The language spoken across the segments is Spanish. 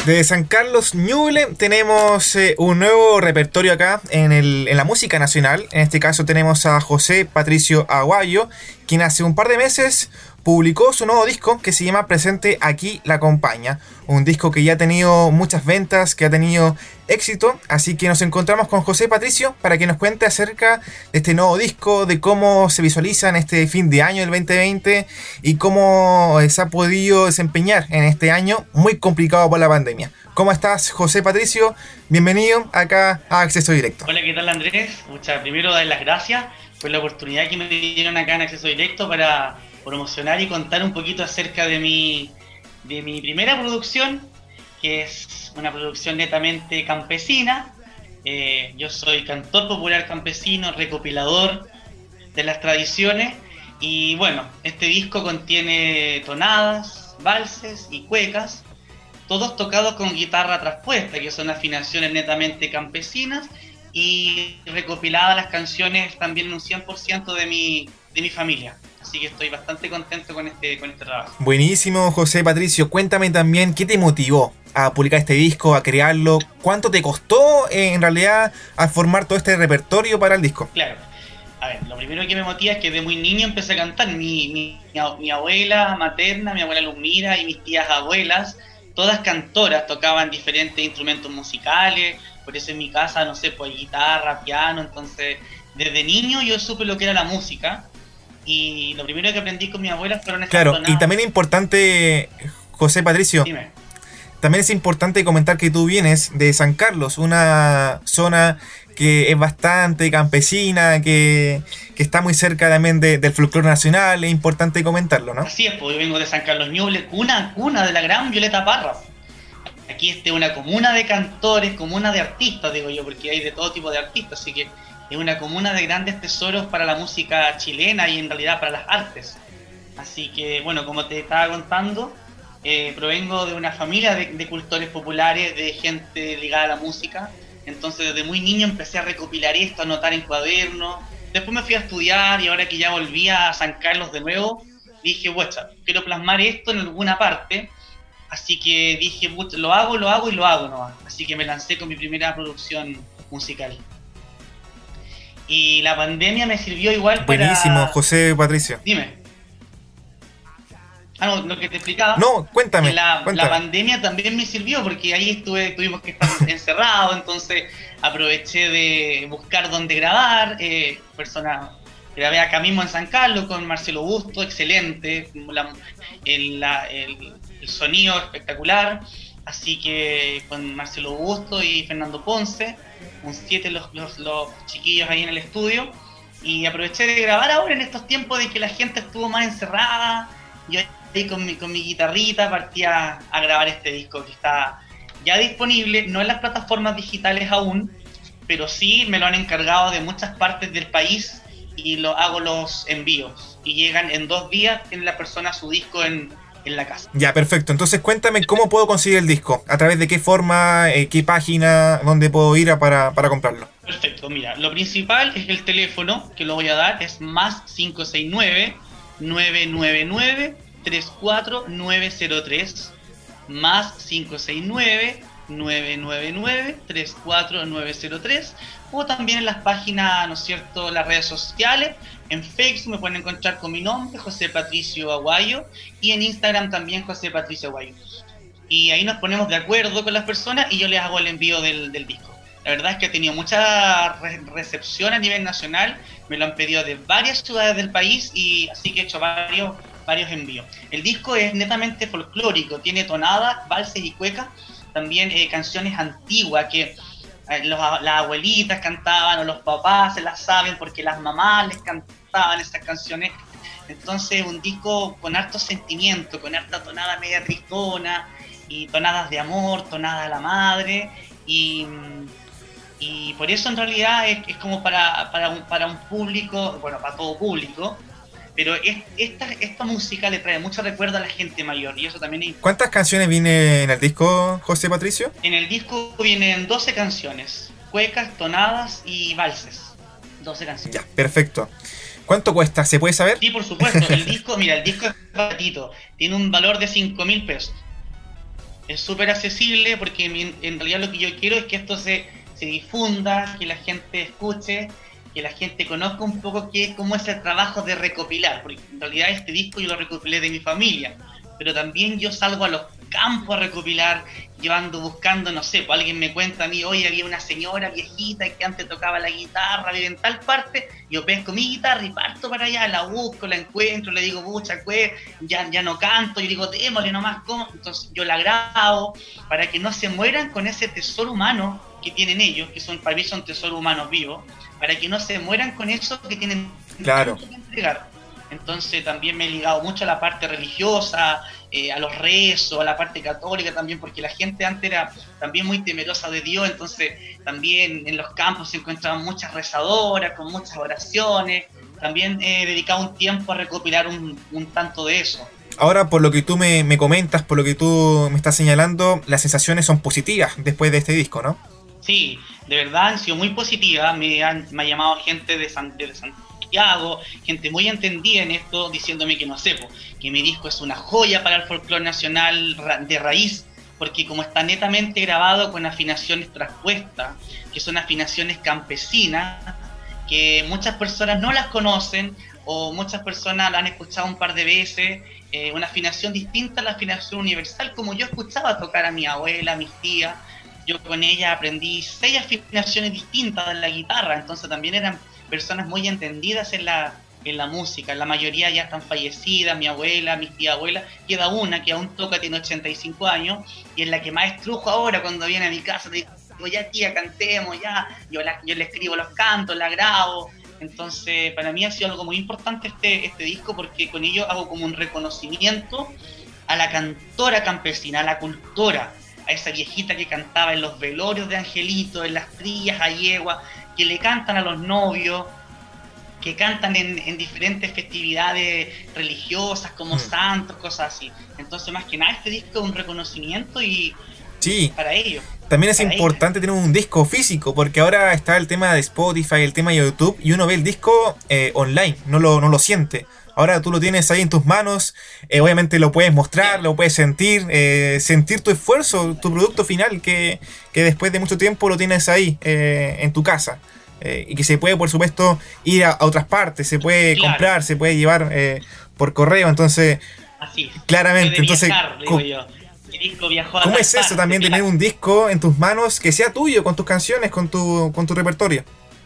De San Carlos Ñuble tenemos un nuevo repertorio acá en la música nacional. En este caso tenemos a José Patricio Aguayo, quien hace un par de meses publicó su nuevo disco que se llama Presente aquí la acompaña. Un disco que ya ha tenido muchas ventas, que ha tenido éxito. Así que nos encontramos con José Patricio para que nos cuente acerca de este nuevo disco, de cómo se visualiza en este fin de año del 2020 y cómo se ha podido desempeñar en este año muy complicado por la pandemia. ¿Cómo estás, José Patricio? Bienvenido acá a Acceso Directo. Hola, ¿qué tal, Andrés? Primero, dar las gracias por la oportunidad que me dieron acá en Acceso Directo para promocionar y contar un poquito acerca de mi primera producción, que es una producción netamente campesina. Yo soy cantor popular campesino, recopilador de las tradiciones, y bueno, este disco contiene tonadas, valses y cuecas, todos tocados con guitarra traspuesta, que son afinaciones netamente campesinas, y recopiladas las canciones también en un 100% de mi familia. Así que estoy bastante contento con este trabajo. Buenísimo, José Patricio. Cuéntame también qué te motivó a publicar este disco, a crearlo. ¿Cuánto te costó en realidad a formar todo este repertorio para el disco? Claro. A ver, lo primero que me motiva es que de muy niño empecé a cantar. Mi abuela materna, mi abuela Luzmira y mis tías abuelas, todas cantoras, tocaban diferentes instrumentos musicales. Por eso en mi casa, no sé, pues guitarra, piano. Entonces, desde niño yo supe lo que era la música. Y lo primero que aprendí con mi abuela fueron esas tonadas. Claro, y también es importante, José Patricio, Dime. También es importante comentar que tú vienes de San Carlos, una zona que es bastante campesina, que está muy cerca también del folclore nacional. Es importante comentarlo, ¿no? Así es, pues yo vengo de San Carlos Ñuble, cuna de la gran Violeta Parra. Aquí es una comuna de cantores, comuna de artistas, digo yo, porque hay de todo tipo de artistas, así que es una comuna de grandes tesoros para la música chilena y en realidad para las artes. Así que, bueno, como te estaba contando, provengo de una familia de cultores populares, de gente ligada a la música. Entonces desde muy niño empecé a recopilar esto, a anotar en cuadernos. Después me fui a estudiar y ahora que ya volví a San Carlos de nuevo, dije, bueno, quiero plasmar esto en alguna parte. Así que dije, lo hago nomás. Así que me lancé con mi primera producción musical. Y la pandemia me sirvió igual para... Buenísimo, José Patricio. Dime. No, lo que te explicaba. No, cuéntame. La pandemia también me sirvió porque ahí tuvimos que estar encerrados, entonces aproveché de buscar dónde grabar. Grabé acá mismo en San Carlos con Marcelo Busto, excelente. El sonido espectacular. Así que con Marcelo Busto y Fernando Ponce, un 7 los chiquillos ahí en el estudio, y aproveché de grabar ahora en estos tiempos de que la gente estuvo más encerrada. Yo ahí con mi guitarrita partí a grabar este disco que está ya disponible, no en las plataformas digitales aún, pero sí me lo han encargado de muchas partes del país y hago los envíos y llegan en 2 días, tiene la persona su disco en la casa. Ya, perfecto. Entonces cuéntame cómo puedo conseguir el disco, a través de qué forma, qué página, dónde puedo ir para comprarlo. Perfecto, mira, lo principal es el teléfono, que lo voy a dar, es más 569-999-34903, más 569-999-34903, o también en las páginas, ¿no es cierto?, las redes sociales. En Facebook me pueden encontrar con mi nombre, José Patricio Aguayo, y en Instagram también José Patricio Aguayo. Y ahí nos ponemos de acuerdo con las personas y yo les hago el envío del disco. La verdad es que ha tenido mucha recepción a nivel nacional, me lo han pedido de varias ciudades del país, y así que he hecho varios envíos. El disco es netamente folclórico, tiene tonadas, valses y cuecas, también canciones antiguas que las abuelitas cantaban o los papás se las saben porque las mamás les cantaban esas canciones. Entonces un disco con harto sentimiento, con harta tonada media tristona y tonadas de amor, tonadas a la madre, y por eso en realidad es como para un público, bueno, para todo público, pero esta música le trae mucho recuerdo a la gente mayor y eso también es... ¿Cuántas canciones viene en el disco, José Patricio? En el disco vienen 12 canciones, cuecas, tonadas y valses. 12 canciones. Ya, perfecto. ¿Cuánto cuesta? ¿Se puede saber? Sí, por supuesto. El disco es baratito. Tiene un valor de 5.000 pesos. Es súper accesible porque en realidad lo que yo quiero es que esto se difunda, que la gente escuche, que la gente conozca un poco cómo es el trabajo de recopilar, porque en realidad este disco yo lo recopilé de mi familia, pero también yo salgo a los campos a recopilar, buscando, no sé, pues alguien me cuenta a mí, oye, había una señora viejita que antes tocaba la guitarra, vive en tal parte, yo pesco mi guitarra y parto para allá, la busco, la encuentro, le digo, pucha, ya no canto, yo digo, démosle nomás, ¿cómo? Entonces yo la grabo para que no se mueran con ese tesoro humano que tienen ellos, que para mí son tesoros humanos vivos, para que no se mueran con eso que tienen Claro. tanto que entregar. Entonces también me he ligado mucho a la parte religiosa, a los rezos, a la parte católica también, porque la gente antes era también muy temerosa de Dios, entonces también en los campos se encontraban muchas rezadoras, con muchas oraciones. También he dedicado un tiempo a recopilar un tanto de eso. Ahora, por lo que tú me comentas, por lo que tú me estás señalando, las sensaciones son positivas después de este disco, ¿no? Sí, de verdad han sido muy positivas, me ha llamado gente de Santiago, gente muy entendida en esto, diciéndome que no sé, que mi disco es una joya para el folclore nacional de raíz, porque como está netamente grabado con afinaciones traspuestas, que son afinaciones campesinas, que muchas personas no las conocen, o muchas personas la han escuchado un par de veces, una afinación distinta a la afinación universal, como yo escuchaba tocar a mi abuela, a mis tías. Yo con ella aprendí 6 afinaciones distintas en la guitarra, entonces también eran personas muy entendidas en la música. La mayoría ya están fallecidas, mi abuela, mi tía abuela, queda una que aún toca, tiene 85 años, y es la que más estrujo ahora cuando viene a mi casa, digo, ya tía, cantemos, ya, yo le escribo los cantos, la grabo. Entonces para mí ha sido algo muy importante este disco, porque con ello hago como un reconocimiento a la cantora campesina, a la cultora, a esa viejita que cantaba en los velorios de Angelito, en las trillas a yegua, que le cantan a los novios, que cantan en diferentes festividades religiosas como santos, cosas así. Entonces más que nada este disco es un reconocimiento y Sí. para ellos. También es importante tener un disco físico, porque ahora está el tema de Spotify, el tema de YouTube, y uno ve el disco online, no lo siente. Ahora tú lo tienes ahí en tus manos, obviamente lo puedes mostrar, lo puedes sentir tu esfuerzo, tu producto final, que después de mucho tiempo lo tienes ahí en tu casa. Y que se puede, por supuesto, ir a otras partes, se puede comprar, se puede llevar por correo, entonces, así, claramente, entonces, viajar, digo yo. ¿Cómo es eso también, tener un disco en tus manos que sea tuyo, con tus canciones, con tu repertorio?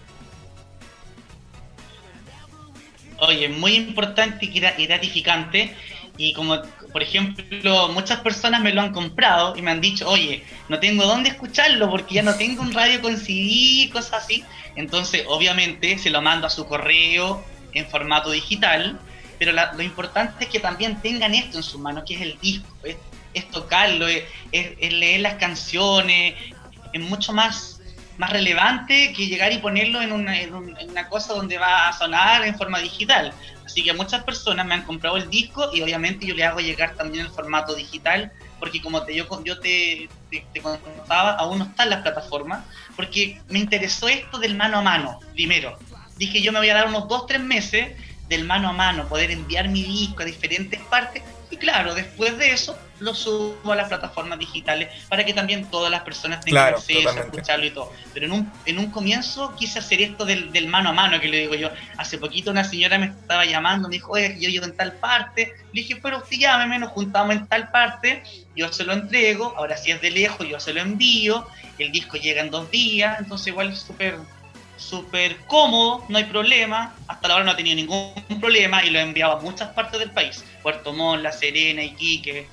Oye, muy importante y gratificante. Y como, por ejemplo, muchas personas me lo han comprado y me han dicho, oye, no tengo dónde escucharlo porque ya no tengo un radio con CD, cosas así. Entonces, obviamente, se lo mando a su correo en formato digital. Pero lo importante es que también tengan esto en sus manos, que es el disco. Es tocarlo, es leer las canciones. Es mucho más relevante que llegar y ponerlo en una cosa donde va a sonar en forma digital. Así que muchas personas me han comprado el disco y obviamente yo le hago llegar también el formato digital, porque como yo te contaba, aún no está en las plataformas, porque me interesó esto del mano a mano primero. Dije, yo me voy a dar unos 2-3 meses del mano a mano, poder enviar mi disco a diferentes partes, y claro, después de eso lo subo a las plataformas digitales para que también todas las personas tengan acceso a escucharlo y todo. Pero en un comienzo quise hacer esto del mano a mano, que le digo yo. Hace poquito una señora me estaba llamando, me dijo, oye, yo vivo en tal parte. Le dije, pero usted llámeme, nos juntamos en tal parte, yo se lo entrego, ahora si es de lejos yo se lo envío, el disco llega en 2 días, entonces igual es súper cómodo, no hay problema. Hasta la hora no he tenido ningún problema y lo he enviado a muchas partes del país: Puerto Montt, La Serena, Iquique,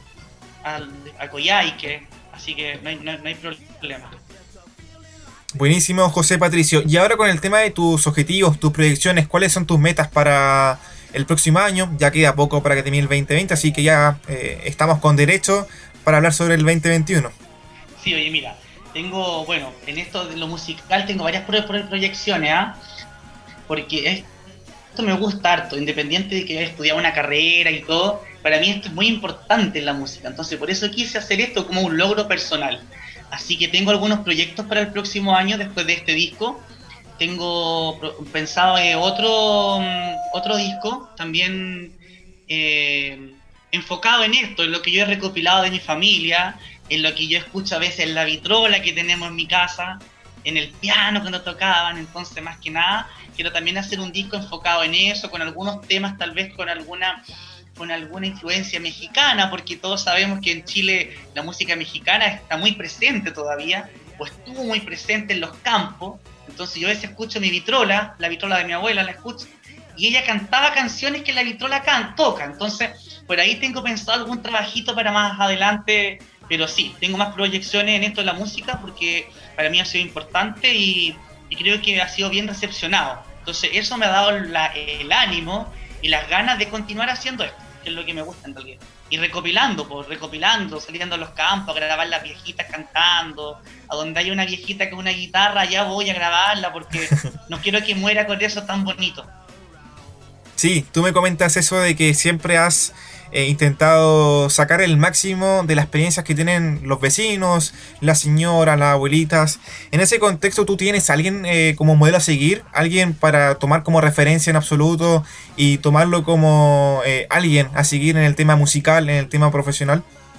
a Coyhaique, así que no hay problema. Buenísimo, José Patricio. Y ahora con el tema de tus objetivos, tus proyecciones, ¿cuáles son tus metas para el próximo año? Ya queda poco para que termine el 2020, así que ya estamos con derecho para hablar sobre el 2021. Sí, oye, mira, tengo, bueno, en esto de lo musical tengo varias proyecciones, porque esto me gusta harto, independiente de que haya estudiado una carrera y todo, para mí esto es muy importante en la música, entonces por eso quise hacer esto como un logro personal. Así que tengo algunos proyectos para el próximo año después de este disco. Tengo pensado otro disco, también en enfocado en esto, en lo que yo he recopilado de mi familia, en lo que yo escucho a veces en la vitrola que tenemos en mi casa, en el piano cuando tocaban. Entonces, más que nada, quiero también hacer un disco enfocado en eso, con algunos temas tal vez con alguna influencia mexicana, porque todos sabemos que en Chile la música mexicana está muy presente todavía, o estuvo muy presente en los campos. Entonces yo a veces escucho mi vitrola, la vitrola de mi abuela, la escucho, y ella cantaba canciones que la vitrola toca. Entonces, por ahí tengo pensado algún trabajito para más adelante, pero sí, tengo más proyecciones en esto de la música, porque para mí ha sido importante y creo que ha sido bien recepcionado. Entonces eso me ha dado el ánimo y las ganas de continuar haciendo esto, que es lo que me gusta en realidad. Y recopilando, saliendo a los campos, a grabar las viejitas cantando, a donde hay una viejita con una guitarra, ya voy a grabarla, porque no quiero que muera con eso tan bonito. Sí, tú me comentas eso de que siempre has intentado sacar el máximo de las experiencias que tienen los vecinos, las señoras, las abuelitas. En ese contexto, ¿tú tienes a alguien como modelo a seguir? ¿Alguien para tomar como referencia en absoluto y tomarlo como alguien a seguir en el tema musical, en el tema profesional?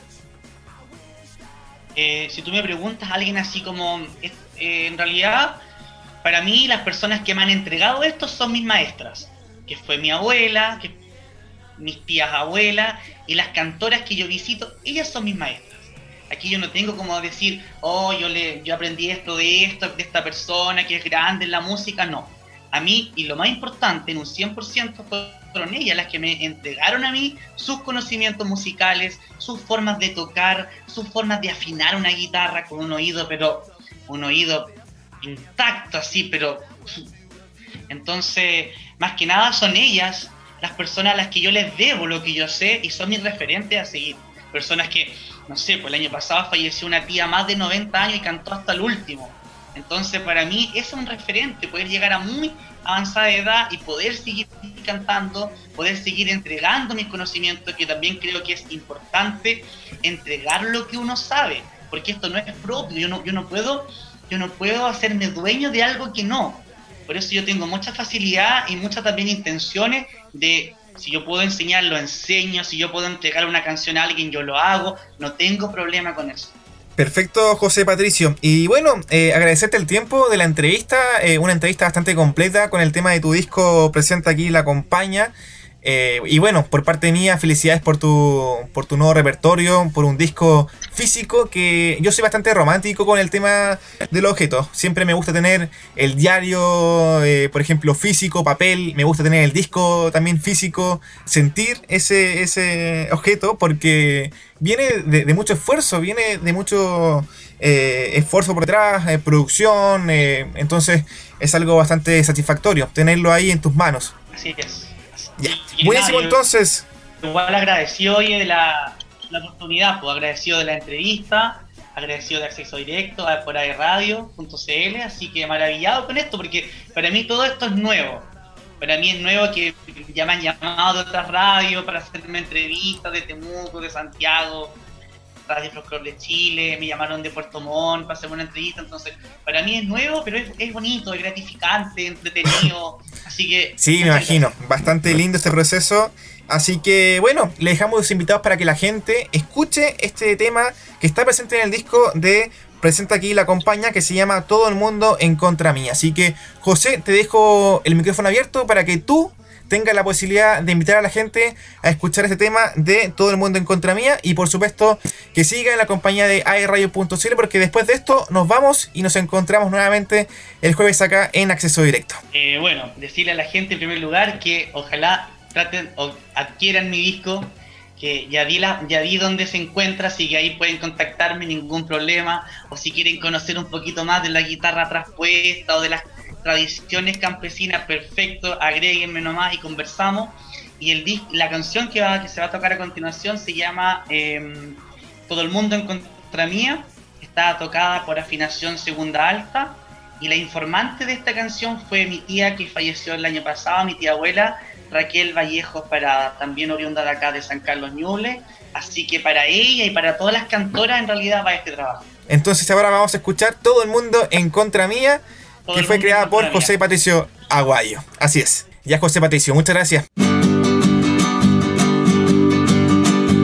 Si tú me preguntas a alguien así como... en realidad, para mí las personas que me han entregado esto son mis maestras, que fue mi abuela, mis tías abuelas y las cantoras que yo visito, ellas son mis maestras. Aquí yo no tengo como decir, yo aprendí esto de esta persona que es grande en la música, no. A mí, y lo más importante, en un 100% fueron ellas las que me entregaron a mí sus conocimientos musicales, sus formas de tocar, sus formas de afinar una guitarra con un oído intacto así, pero... Entonces, más que nada son ellas las personas a las que yo les debo lo que yo sé y son mis referentes a seguir. Personas que, no sé, pues el año pasado falleció una tía más de 90 años y cantó hasta el último. Entonces, para mí, es un referente, poder llegar a muy avanzada edad y poder seguir cantando, poder seguir entregando mis conocimientos, que también creo que es importante entregar lo que uno sabe, porque esto no es propio, yo no puedo hacerme dueño de algo que no. Por eso yo tengo mucha facilidad y muchas también intenciones de, si yo puedo enseñar, lo enseño, si yo puedo entregar una canción a alguien, yo lo hago, no tengo problema con eso. Perfecto, José Patricio. Y bueno, agradecerte el tiempo de la entrevista, una entrevista bastante completa con el tema de tu disco Presenta aquí la compañía. Y bueno, por parte mía, felicidades por tu nuevo repertorio, por un disco físico, que yo soy bastante romántico con el tema de los objetos. Siempre me gusta tener el diario, por ejemplo, físico, papel. Me gusta tener el disco también físico, sentir ese objeto, porque viene de mucho esfuerzo, viene de mucho esfuerzo por detrás, producción. Entonces es algo bastante satisfactorio tenerlo ahí en tus manos. Así es. Ya. Buenísimo, entonces. Igual agradecido hoy de la oportunidad, pues agradecido de la entrevista, agradecido de acceso directo por airradio.cl, así que maravillado con esto, porque para mí todo esto es nuevo. Para mí es nuevo que ya me han llamado de otras radios para hacerme entrevistas de Temuco, de Santiago, Radio Folklore de Chile, me llamaron de Puerto Montt para hacerme una entrevista. Entonces, para mí es nuevo, pero es bonito, es gratificante, entretenido. Así que... Sí, me imagino. Bastante lindo este proceso. Así que, bueno, le dejamos los invitados para que la gente escuche este tema que está presente en el disco de Presenta aquí la compañía, que se llama Todo el mundo en contra mía. Así que, José, te dejo el micrófono abierto para que tú tenga la posibilidad de invitar a la gente a escuchar este tema de Todo el mundo en contra mía, y por supuesto que siga en la compañía de airradio.cl, porque después de esto nos vamos y nos encontramos nuevamente el jueves acá en Acceso Directo. Bueno, decirle a la gente en primer lugar que ojalá traten o adquieran mi disco, que ya di dónde se encuentra, así que ahí pueden contactarme, ningún problema, o si quieren conocer un poquito más de la guitarra traspuesta o de las tradiciones campesinas, perfecto, agréguenme nomás y conversamos. Y la canción que se va a tocar a continuación se llama Todo el mundo en contra mía, está tocada por afinación segunda alta, y la informante de esta canción fue mi tía que falleció el año pasado, mi tía abuela Raquel Vallejos Parada, también oriunda de acá de San Carlos Ñuble, así que para ella y para todas las cantoras en realidad va este trabajo. Entonces ahora vamos a escuchar Todo el mundo en contra mía, que fue creada por José Patricio Aguayo. Así es. Ya, José Patricio, muchas gracias.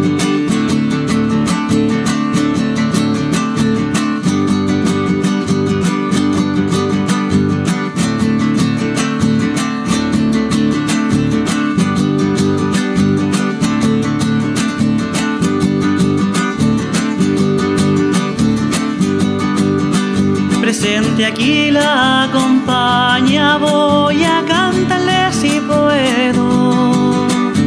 Presente aquí la acompaña, voy a cantarle si puedo.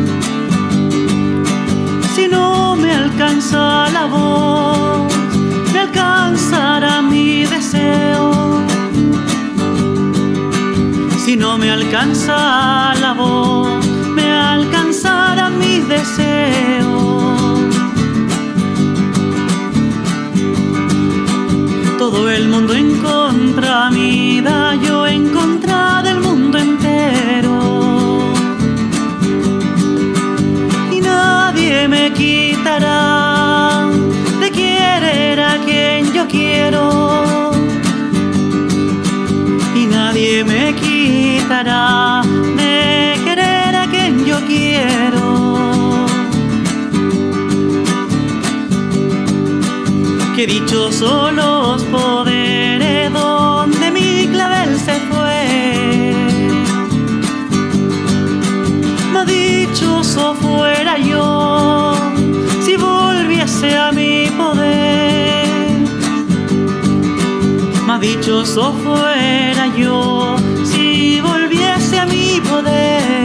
Si no me alcanza la voz, me alcanzará mi deseo. Si no me alcanza la voz, me alcanzará mis deseos. Todo el mundo en contra mía, yo en contra del mundo entero. Y nadie me quitará de querer a quien yo quiero. Y nadie me quitará de querer a quien yo quiero. Qué dichosos los poderes donde mi clavel se fue. Más dichoso fuera yo si volviese a mi poder. Más dichoso fuera yo si volviese a mi poder.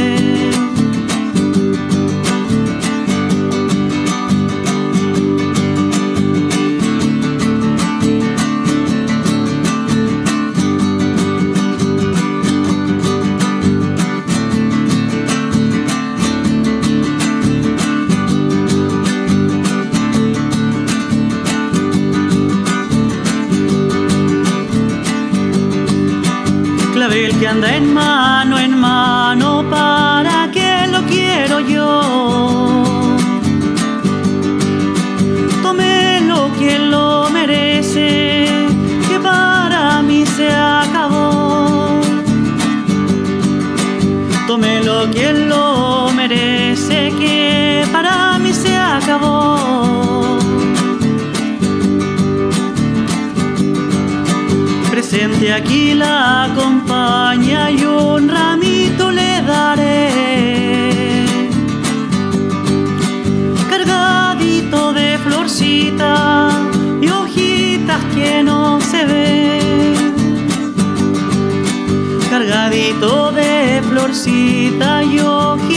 Clavel que anda en mano, ¿para qué lo quiero yo? Tómelo quien lo merece, que para mí se acabó. Tómelo quien lo merece, que para mí se acabó. Presente aquí la acompaña y un ramito le daré, cargadito de florcitas y hojitas que no se ven. Cargadito de florcitas y hojitas